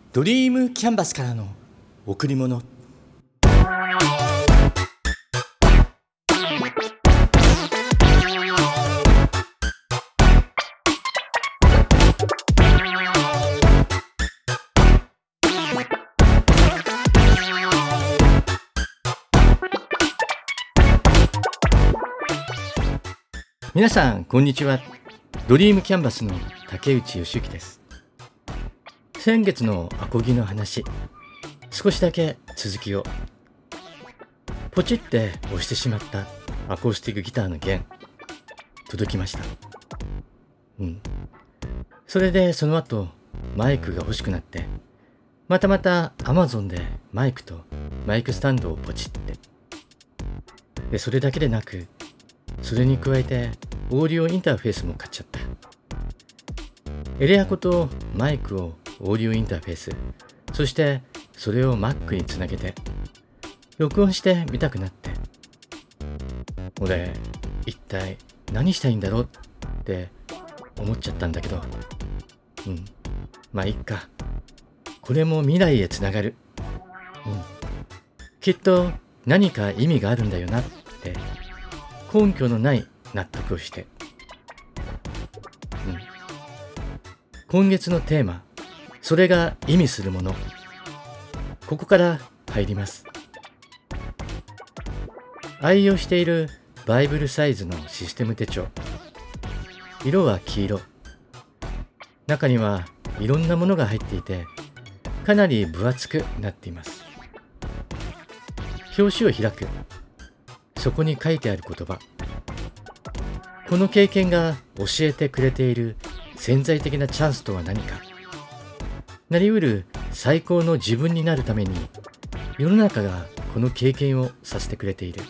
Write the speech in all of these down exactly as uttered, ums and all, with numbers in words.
ドリームキャンバスからの贈り物。皆さんこんにちは。ドリームキャンバスの竹内義之です。先月のアコギの話、少しだけ続きを。ポチって押してしまったアコースティックギターの弦、届きました。うんそれでその後マイクが欲しくなって、またまた Amazon でマイクとマイクスタンドをポチって、でそれだけでなく、それに加えてオーディオインターフェースも買っちゃった。エレアコとマイクをオーディオインターフェース、そしてそれを Mac につなげて録音してみたくなって、俺一体何したいんだろうって思っちゃったんだけど、うんまあいっか、これも未来へつながる、うん、きっと何か意味があるんだよなって根拠のない納得をして、うん、今月のテーマ、それが意味するもの、ここから入ります。愛用しているバイブルサイズのシステム手帳、色は黄色、中にはいろんなものが入っていて、かなり分厚くなっています。表紙を開く、そこに書いてある言葉、この経験が教えてくれている潜在的なチャンスとは何か、なりうる最高の自分になるために世の中がこの経験をさせてくれている、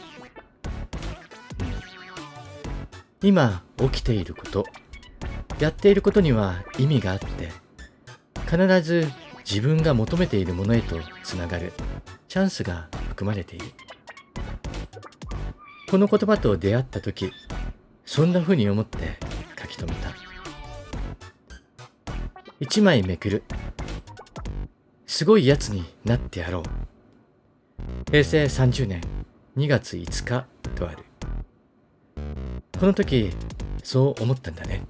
うん、今起きていること、やっていることには意味があって、必ず自分が求めているものへとつながるチャンスが含まれている。この言葉と出会った時、そんな風に思って書き留めた。一枚めくる、すごいやつになってやろう。へいせいさんじゅうねんにがついつかとある。この時そう思ったんだね。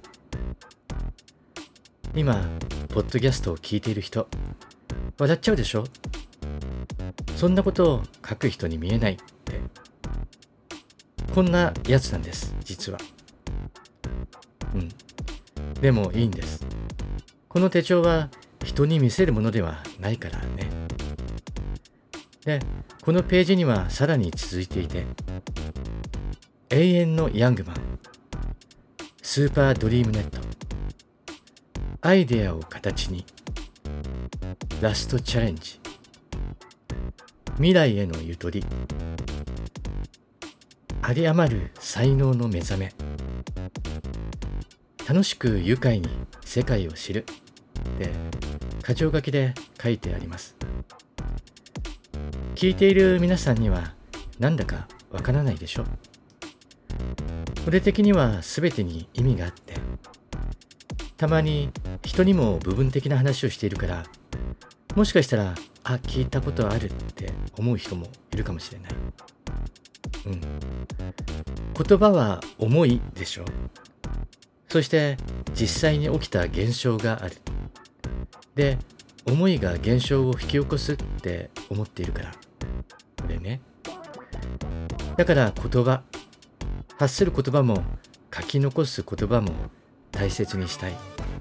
今ポッドキャストを聞いている人、笑っちゃうでしょ。そんなことを書く人に見えないって、こんなやつなんです、実は。うんでもいいんです。この手帳は人に見せるものではないからね。で、このページにはさらに続いていて、永遠のヤングマン、スーパードリームネット、アイデアを形に、ラストチャレンジ、未来へのゆとり、有り余る才能の目覚め、楽しく愉快に世界を知るって箇条書きで書いてあります。聞いている皆さんにはなんだかわからないでしょ。俺的には全てに意味があって、たまに人にも部分的な話をしているから、もしかしたらあ聞いたことあるって思う人もいるかもしれない。うん、言葉は重いでしょ。そして実際に起きた現象がある。で、思いが現象を引き起こすって思っているから。これね。だから言葉、発する言葉も書き残す言葉も大切にしたい。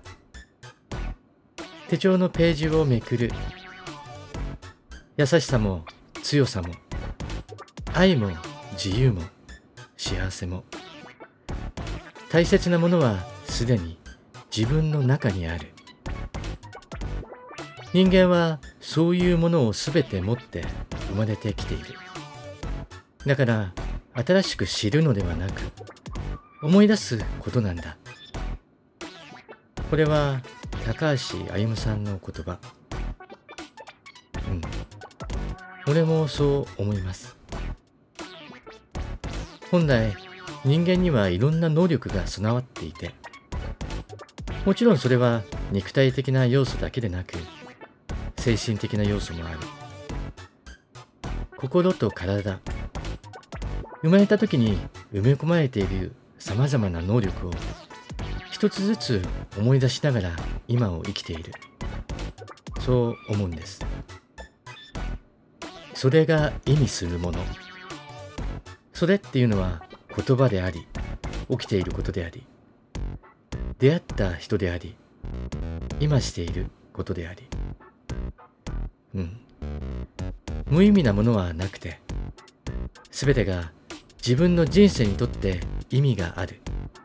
手帳のページをめくる。優しさも強さも愛も自由も幸せも、大切なものはすでに自分の中にある。人間はそういうものをすべて持って生まれてきている。だから新しく知るのではなく、思い出すことなんだ。これは高橋歩さんの言葉。うん俺もそう思います。本来人間にはいろんな能力が備わっていて、もちろんそれは肉体的な要素だけでなく、 精神的な要素もある。心と体、生まれた時に埋め込まれているさまざまな能力を一つずつ思い出しながら今を生きている。そう思うんです。それが意味するもの。それっていうのは言葉であり、起きていることであり、出会った人であり、今していることであり、うん。無意味なものはなくて、すべてが自分の人生にとって意味がある。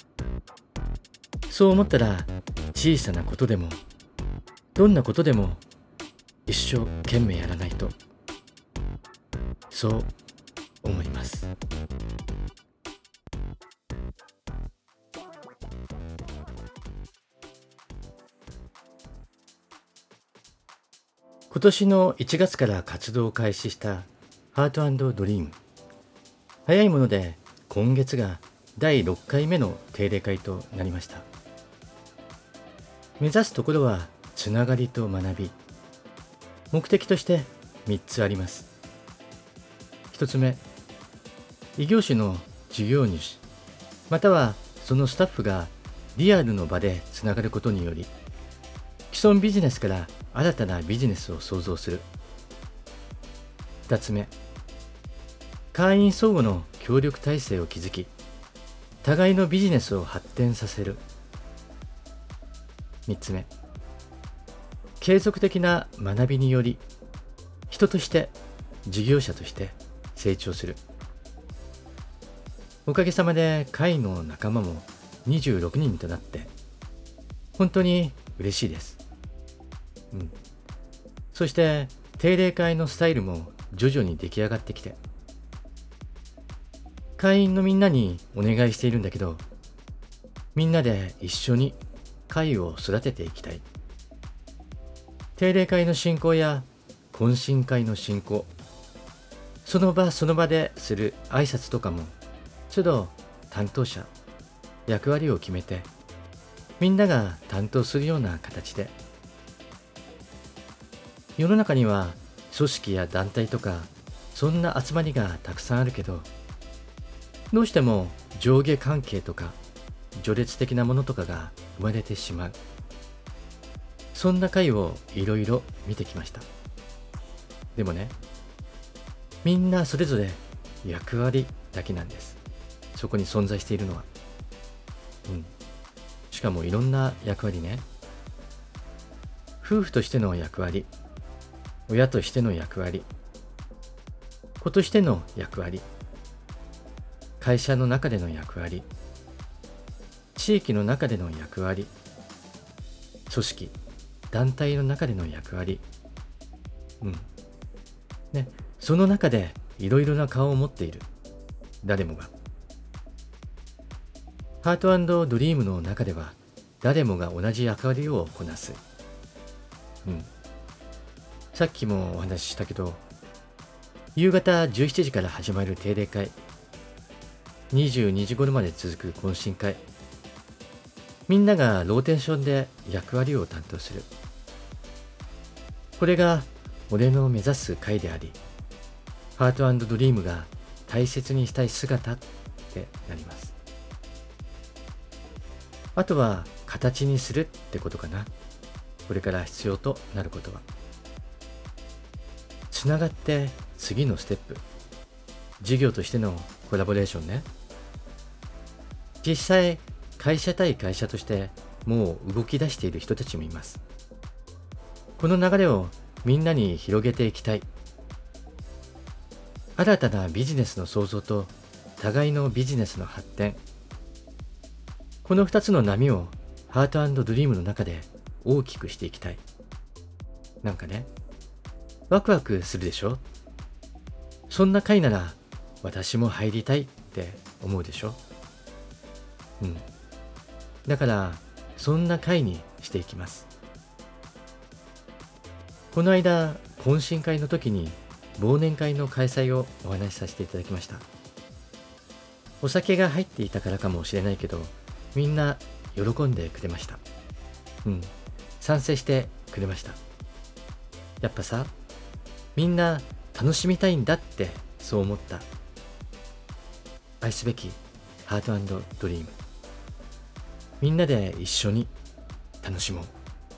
そう思ったら、小さなことでも、どんなことでも一生懸命やらないと、そう思います。今年のいちがつから活動を開始したハート&ドリーム。早いもので今月がだいろっかいめの定例会となりました。目指すところはつながりと学び。目的としてみっつあります。ひとつめ、異業種の事業主、またはそのスタッフがリアルの場でつながることにより、既存ビジネスから新たなビジネスを創造する。ふたつめ、会員相互の協力体制を築き、互いのビジネスを発展させる。みっつめ、継続的な学びにより、人として事業者として成長する。おかげさまで会の仲間もにじゅうろくにんとなって、本当に嬉しいです。うん、そして定例会のスタイルも徐々に出来上がってきて、会員のみんなにお願いしているんだけど、みんなで一緒に会を育てていきたい。定例会の進行や懇親会の進行、その場その場でする挨拶とかも都度担当者、役割を決めてみんなが担当するような形で。世の中には組織や団体とかそんな集まりがたくさんあるけど、どうしても上下関係とか序列的なものとかが生まれてしまう。そんな会をいろいろ見てきました。でもね、みんなそれぞれ役割だけなんです。そこに存在しているのは。うん。しかもいろんな役割ね。夫婦としての役割、親としての役割、子としての役割、会社の中での役割、地域の中での役割、組織、団体の中での役割、うん。ね、その中でいろいろな顔を持っている。誰もが。ハート&ドリームの中では、誰もが同じ役割をこなす。うん。さっきもお話ししたけど、夕方じゅうしちじから始まる定例会、にじゅうにじ頃まで続く懇親会、みんながローテーションで役割を担当する。これが俺の目指す会であり、ハート&ドリームが大切にしたい姿ってなります。あとは形にするってことかな。これから必要となることは。つながって次のステップ。事業としてのコラボレーションね。実際、会社対会社としてもう動き出している人たちもいます。この流れをみんなに広げていきたい。新たなビジネスの創造と互いのビジネスの発展。この二つの波をハート&ドリームの中で大きくしていきたい。なんかね、ワクワクするでしょ？そんな会なら私も入りたいって思うでしょ？うん。だからそんな会にしていきます。この間懇親会の時に忘年会の開催をお話しさせていただきました。お酒が入っていたからかもしれないけど、みんな喜んでくれました。うん、賛成してくれました。 やっぱさ、みんな楽しみたいんだってそう思った。愛すべきハート&ドリーム。みんなで一緒に楽しもう。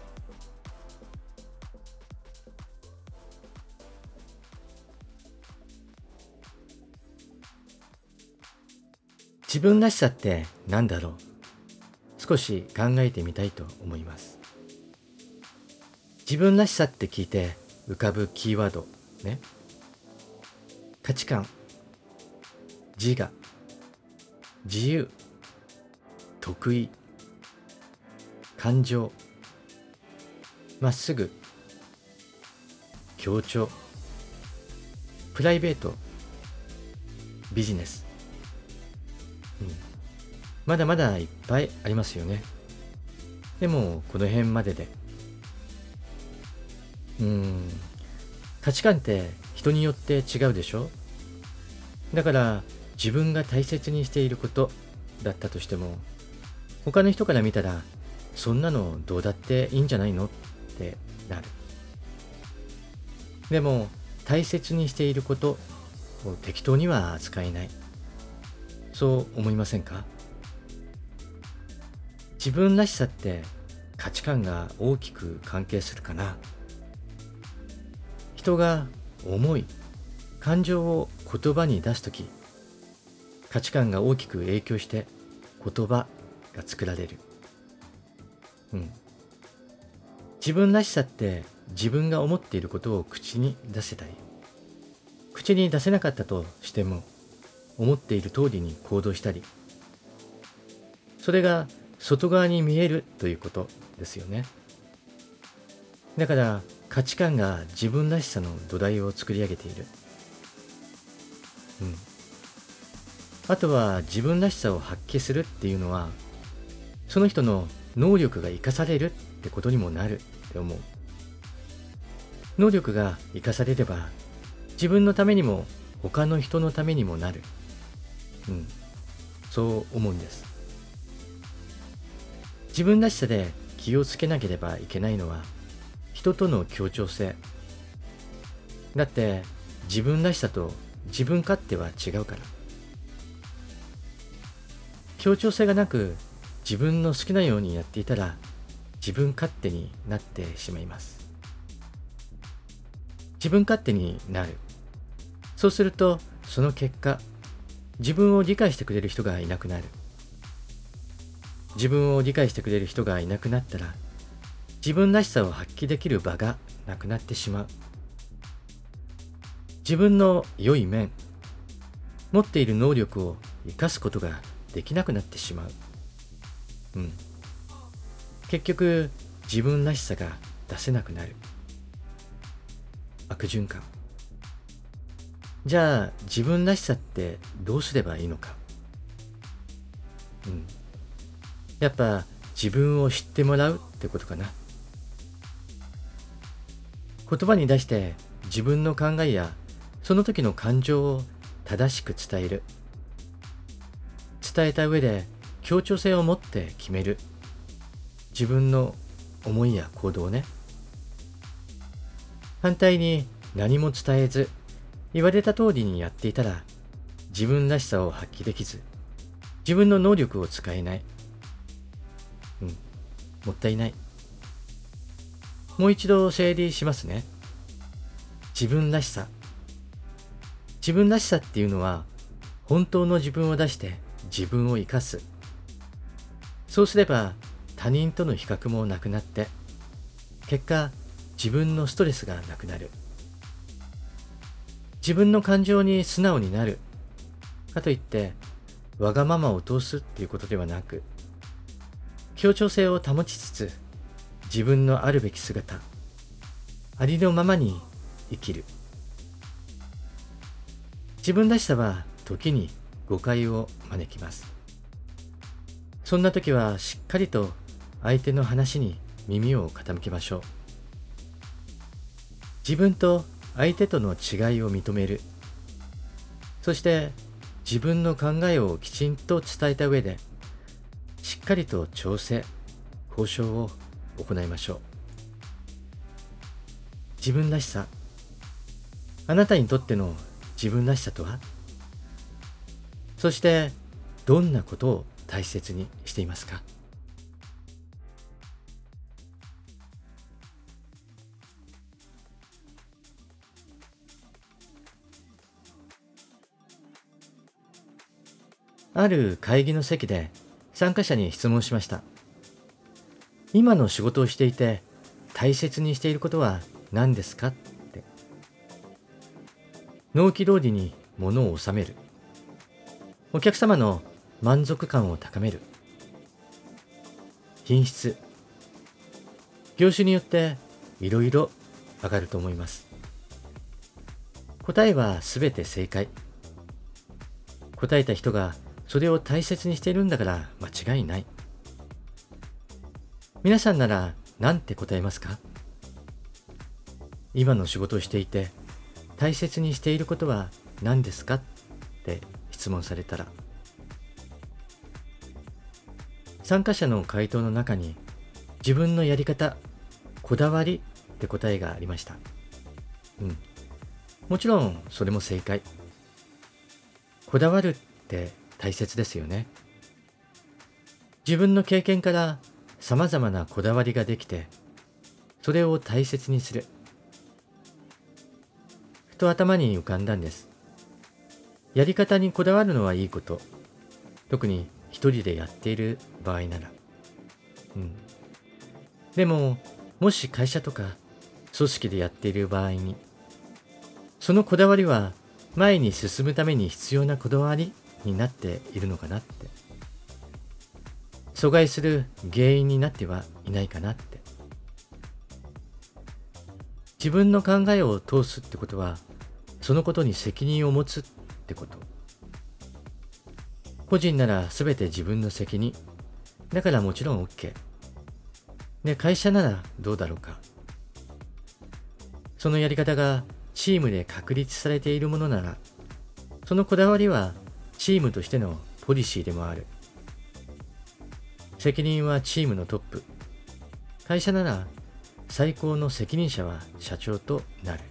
自分らしさって何だろう。少し考えてみたいと思います。自分らしさって聞いて浮かぶキーワードね。価値観、自我、自由、得意、感情、まっすぐ、協調、プライベート、ビジネス、うん、まだまだいっぱいありますよね。でもこの辺まででうーん価値観って人によって違うでしょ。だから自分が大切にしていることだったとしても、他の人から見たらそんなのどうだっていいんじゃないのってなる。でも大切にしていることを適当には扱えない。そう思いませんか？自分らしさって価値観が大きく関係するかな。人が思い、感情を言葉に出すとき、価値観が大きく影響して言葉が作られる。うん。自分らしさって自分が思っていることを口に出せたり、口に出せなかったとしても思っている通りに行動したり、それが外側に見えるということですよね。だから価値観が自分らしさの土台を作り上げている。うん。あとは自分らしさを発揮するっていうのは、その人の能力が生かされるってことにもなるって思う。能力が生かされれば、自分のためにも他の人のためにもなる。うん。そう思うんです。自分らしさで気をつけなければいけないのは、人との協調性。だって自分らしさと自分勝手は違うから。協調性がなく自分の好きなようにやっていたら自分勝手になってしまいます。自分勝手になる。そうするとその結果、自分を理解してくれる人がいなくなる。自分を理解してくれる人がいなくなったら、自分らしさを発揮できる場がなくなってしまう。自分の良い面、持っている能力を生かすことができなくなってしまう。うん。結局、自分らしさが出せなくなる。悪循環。じゃあ、自分らしさってどうすればいいのか。うん。やっぱ、自分を知ってもらうってことかな。言葉に出して自分の考えやその時の感情を正しく伝える。伝えた上で協調性を持って決める。自分の思いや行動をね。反対に何も伝えず、言われた通りにやっていたら、自分らしさを発揮できず、自分の能力を使えない。うん、もったいない。もう一度整理しますね。自分らしさ。自分らしさっていうのは、本当の自分を出して自分を生かす。そうすれば他人との比較もなくなって、結果自分のストレスがなくなる。自分の感情に素直になる。かといってわがままを通すっていうことではなく、協調性を保ちつつ、自分のあるべき姿、ありのままに生きる。自分らしさは時に誤解を招きます。そんな時はしっかりと相手の話に耳を傾けましょう。自分と相手との違いを認める。そして自分の考えをきちんと伝えた上で、しっかりと調整、交渉を行いましょう。 自分らしさ、あなたにとっての自分らしさとは？そしてどんなことを大切にしていますか？ある会議の席で参加者に質問しました。今の仕事をしていて大切にしていることは何ですかって。納期通りに物を収める、お客様の満足感を高める、品質、業種によっていろいろ上がると思います。答えはすべて正解。答えた人がそれを大切にしているんだから間違いない。皆さんなら何て答えますか？今の仕事をしていて大切にしていることは何ですかって質問されたら、参加者の回答の中に自分のやり方、こだわりって答えがありました。うん。もちろんそれも正解。こだわるって大切ですよね。自分の経験から様々なこだわりができて、それを大切にする。ふと頭に浮かんだんです。やり方にこだわるのはいいこと。特に一人でやっている場合なら。うん。でも、もし会社とか組織でやっている場合に、そのこだわりは前に進むために必要なこだわりになっているのかなって。阻害する原因になってはいないかなって。自分の考えを通すってことは、そのことに責任を持つってこと。個人ならすべて自分の責任。だからもちろん OK。で、会社ならどうだろうか。そのやり方がチームで確立されているものなら、そのこだわりはチームとしてのポリシーでもある。責任はチームのトップ。会社なら最高の責任者は社長となる。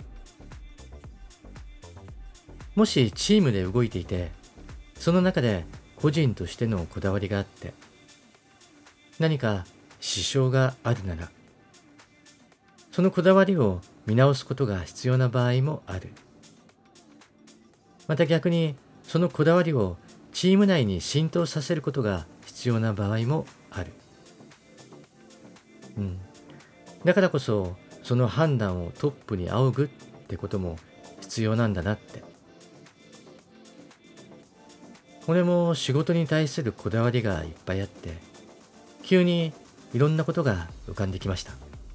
もしチームで動いていて、その中で個人としてのこだわりがあって、何か支障があるなら、そのこだわりを見直すことが必要な場合もある。また逆に、そのこだわりをチーム内に浸透させることが必要な場合もある。うん。だからこそ、その判断をトップに仰ぐってことも必要なんだなって。俺も仕事に対するこだわりがいっぱいあって、急にいろんなことが浮かんできました。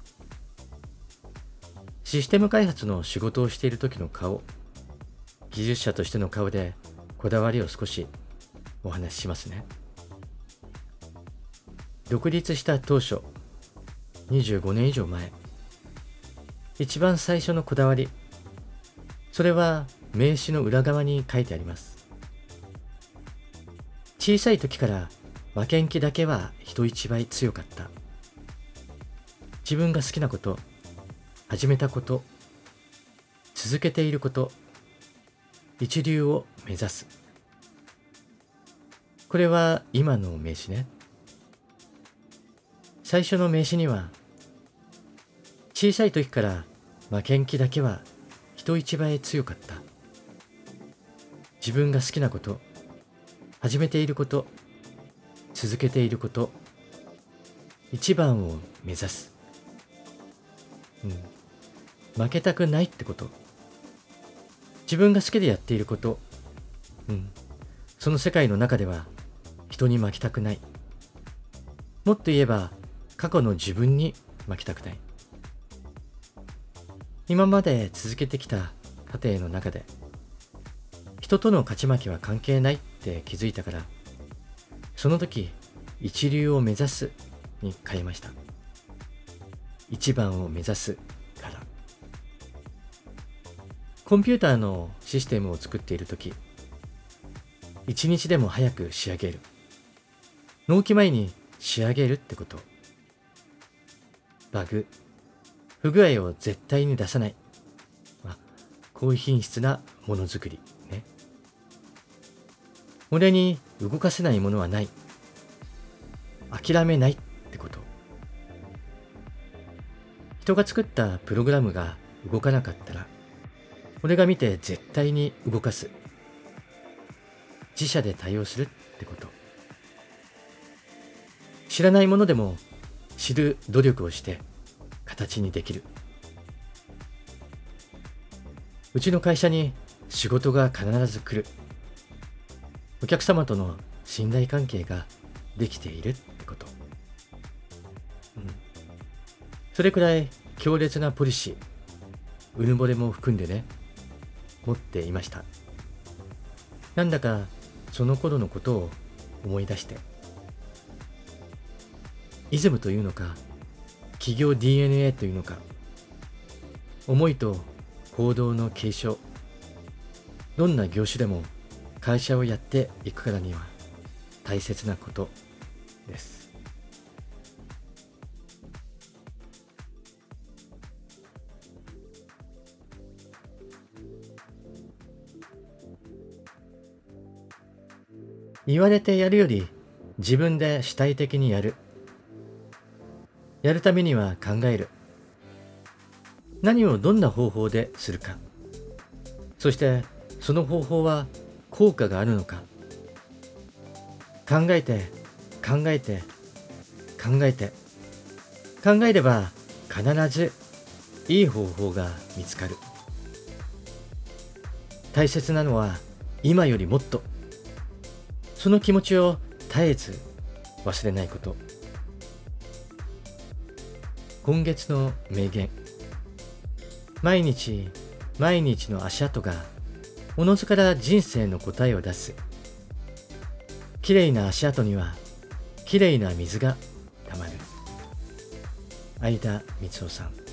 システム開発の仕事をしている時の顔、技術者としての顔でこだわりを少しお話ししますね。独立した当初、にじゅうごねん以上前、一番最初のこだわり、それは名刺の裏側に書いてあります。小さい時から負けん気だけは人一倍強かった。自分が好きなこと、始めたこと、続けていること、一流を目指す。これは今の名刺ね。最初の名刺には、小さい時から負けん気だけは人一倍強かった。自分が好きなこと、始めていること、続けていること、一番を目指す。うん。負けたくないってこと。自分が好きでやっていること。うん。その世界の中では人に負けたくない。もっと言えば過去の自分に負けたくない。今まで続けてきた過程の中で人との勝ち負けは関係ないって気づいたから、その時一流を目指すに変えました。一番を目指すから。コンピューターのシステムを作っている時、一日でも早く仕上げる。納期前に仕上げるってこと。バグ、 不具合を絶対に出さない、まあ、高品質なものづくりね。俺に動かせないものはない、諦めないってこと。人が作ったプログラムが動かなかったら、俺が見て絶対に動かす、自社で対応するってこと。知らないものでも知る努力をして形にできる。うちの会社に仕事が必ず来る。お客様との信頼関係ができているってこと。うん、それくらい強烈なポリシー、うぬぼれも含んでね、持っていました。なんだかその頃のことを思い出して、イズムというのか、企業 ディーエヌエー というのか、思いと行動の継承、どんな業種でも会社をやっていくからには大切なことです。言われてやるより自分で主体的にやる。やるためには考える。何をどんな方法でするか。そしてその方法は効果があるのか。考えて考えて考えて考えれば必ずいい方法が見つかる。大切なのは今よりもっと、その気持ちを絶えず忘れないこと。今月の名言。毎日毎日の足跡がおのずから人生の答えを出す。きれいな足跡にはきれいな水がたまる。相田みつをさん。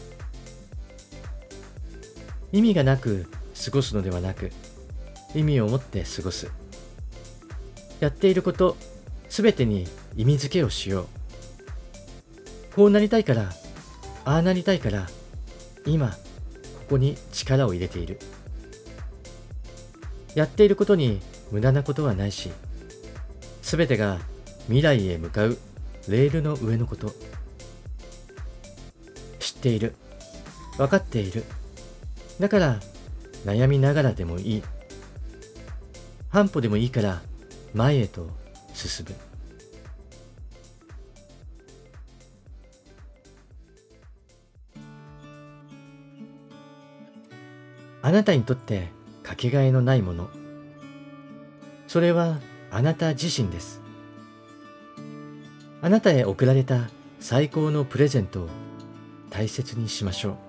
意味がなく過ごすのではなく、意味を持って過ごす。やっていることすべてに意味付けをしよう。こうなりたいから、ああなりたいから、今ここに力を入れている。やっていることに無駄なことはないし、すべてが未来へ向かうレールの上のこと。知っている、分かっている。だから悩みながらでもいい。半歩でもいいから前へと進む。あなたにとってかけがえのないもの、それはあなた自身です。あなたへ贈られた最高のプレゼントを大切にしましょう。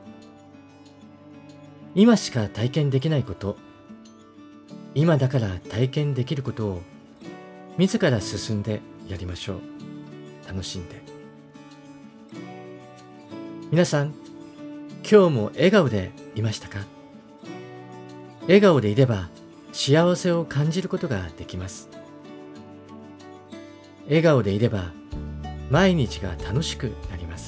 今しか体験できないこと、今だから体験できることを自ら進んでやりましょう。楽しんで。皆さん、今日も笑顔でいましたか？笑顔でいれば幸せを感じることができます。笑顔でいれば毎日が楽しくなります。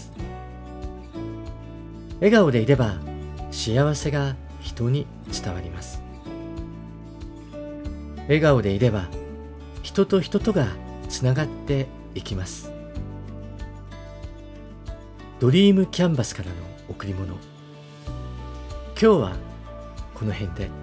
笑顔でいれば幸せが人に伝わります。笑顔でいれば人と人とがつながっていきます。ドリームキャンバスからの贈り物、今日はこの辺で。